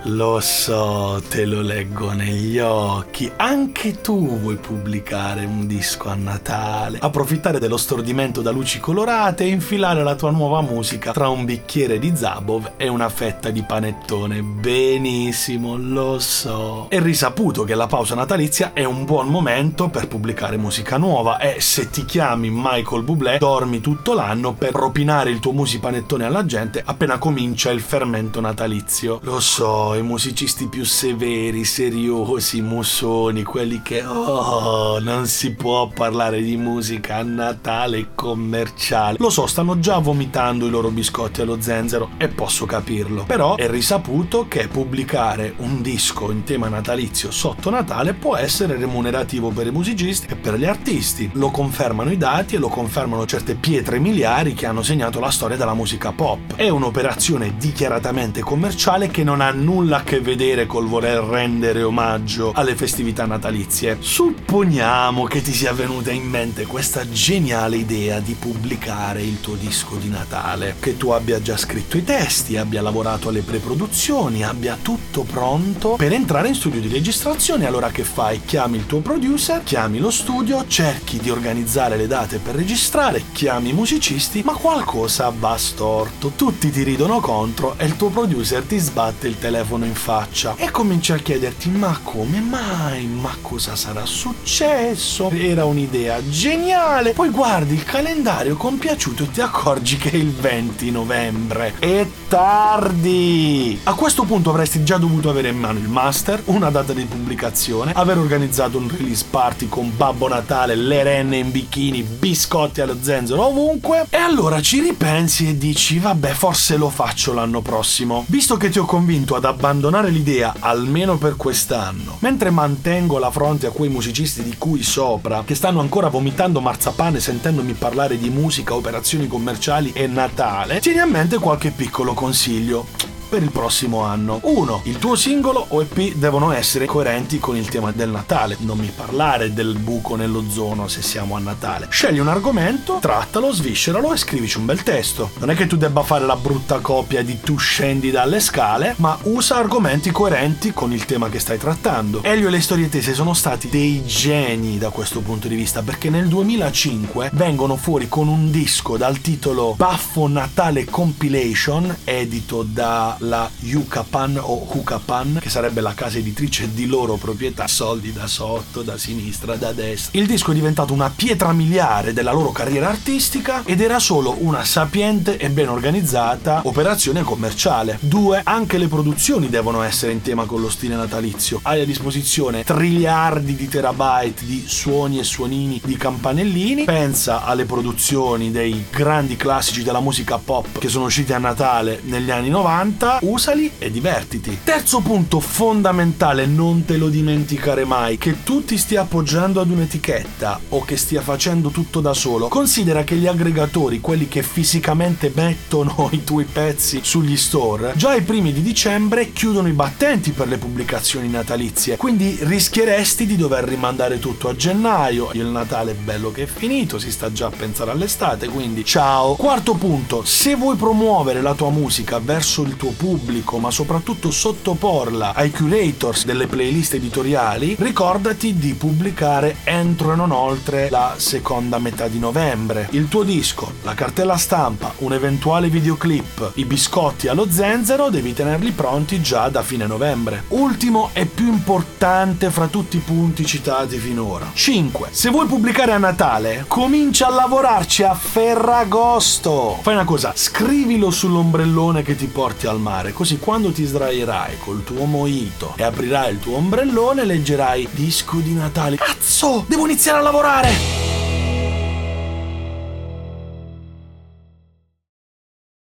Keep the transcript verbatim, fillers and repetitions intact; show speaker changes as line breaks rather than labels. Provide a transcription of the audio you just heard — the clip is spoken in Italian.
Lo so, te lo leggo negli occhi. Anche tu vuoi pubblicare un disco a Natale, approfittare dello stordimento da luci colorate e infilare la tua nuova musica tra un bicchiere di Zabov e una fetta di panettone. Benissimo, lo so. È risaputo che la pausa natalizia è un buon momento per pubblicare musica nuova e se ti chiami Michael Bublé dormi tutto l'anno per propinare il tuo musi panettone alla gente appena comincia il fermento natalizio. Lo so, i musicisti più severi, seriosi, mussoni, quelli che oh, non si può parlare di musica a Natale commerciale. Lo so, stanno già vomitando i loro biscotti allo zenzero e posso capirlo. Però è risaputo che pubblicare un disco in tema natalizio sotto Natale può essere remunerativo per i musicisti e per gli artisti. Lo confermano i dati e lo confermano certe pietre miliari che hanno segnato la storia della musica pop. È un'operazione dichiaratamente commerciale che non ha nulla a che vedere col voler rendere omaggio alle festività natalizie. Supponiamo che ti sia venuta in mente questa geniale idea di pubblicare il tuo disco di Natale, che tu abbia già scritto i testi, abbia lavorato alle preproduzioni, abbia tutto pronto per entrare in studio di registrazione. Allora che fai? Chiami il tuo producer, chiami lo studio, cerchi di organizzare le date per registrare, chiami i musicisti, ma qualcosa va storto. Tutti ti ridono contro e il tuo producer ti sbatte il telefono in faccia e cominci a chiederti: ma come mai? Ma cosa sarà successo? Era un'idea geniale. Poi guardi il calendario compiaciuto e ti accorgi che è il venti novembre. È tardi! A questo punto avresti già dovuto avere in mano il master, una data di pubblicazione, aver organizzato un release party con Babbo Natale, le renne in bikini, biscotti allo zenzero ovunque, e allora ci ripensi e dici: vabbè, forse lo faccio l'anno prossimo, visto che ti ho convinto ad abbandonare l'idea almeno per quest'anno, mentre mantengo la fronte a quei musicisti di cui sopra, che stanno ancora vomitando marzapane sentendomi parlare di musica, operazioni commerciali e Natale. Tieni a mente qualche piccolo consiglio per il prossimo anno. uno. Il tuo singolo o E P devono essere coerenti con il tema del Natale. Non mi parlare del buco nell'ozono se siamo a Natale. Scegli un argomento, trattalo, svisceralo e scrivici un bel testo. Non è che tu debba fare la brutta copia di Tu scendi dalle scale, ma usa argomenti coerenti con il tema che stai trattando. Elio e le storie tese sono stati dei geni da questo punto di vista, perché nel duemilacinque vengono fuori con un disco dal titolo Baffo Natale Compilation, edito da la Yucatan o Hucapan, che sarebbe la casa editrice di loro proprietà. Soldi da sotto, da sinistra, da destra. Il disco è diventato una pietra miliare della loro carriera artistica ed era solo una sapiente e ben organizzata operazione commerciale. Due. Anche le produzioni devono essere in tema con lo stile natalizio. Hai a disposizione triliardi di terabyte di suoni e suonini di campanellini. Pensa alle produzioni dei grandi classici della musica pop che sono usciti a Natale negli anni novanta. Usali e divertiti. Terzo punto fondamentale, non te lo dimenticare mai: che tu ti stia appoggiando ad un'etichetta o che stia facendo tutto da solo, considera che gli aggregatori, quelli che fisicamente mettono i tuoi pezzi sugli store, già ai primi di dicembre chiudono i battenti per le pubblicazioni natalizie, quindi rischieresti di dover rimandare tutto a gennaio. Il Natale è bello che è finito, si sta già a pensare all'estate, quindi ciao. Quarto punto, se vuoi promuovere la tua musica verso il tuo pubblico, ma soprattutto sottoporla ai curators delle playlist editoriali, ricordati di pubblicare entro e non oltre la seconda metà di novembre. Il tuo disco, la cartella stampa, un eventuale videoclip, i biscotti allo zenzero devi tenerli pronti già da fine novembre. Ultimo e più importante fra tutti i punti citati finora. cinque. Se vuoi pubblicare a Natale, comincia a lavorarci a Ferragosto. Fai una cosa, scrivilo sull'ombrellone che ti porti al mare, così quando ti sdraierai col tuo mojito e aprirai il tuo ombrellone leggerai: disco di Natale. Cazzo, devo iniziare a lavorare!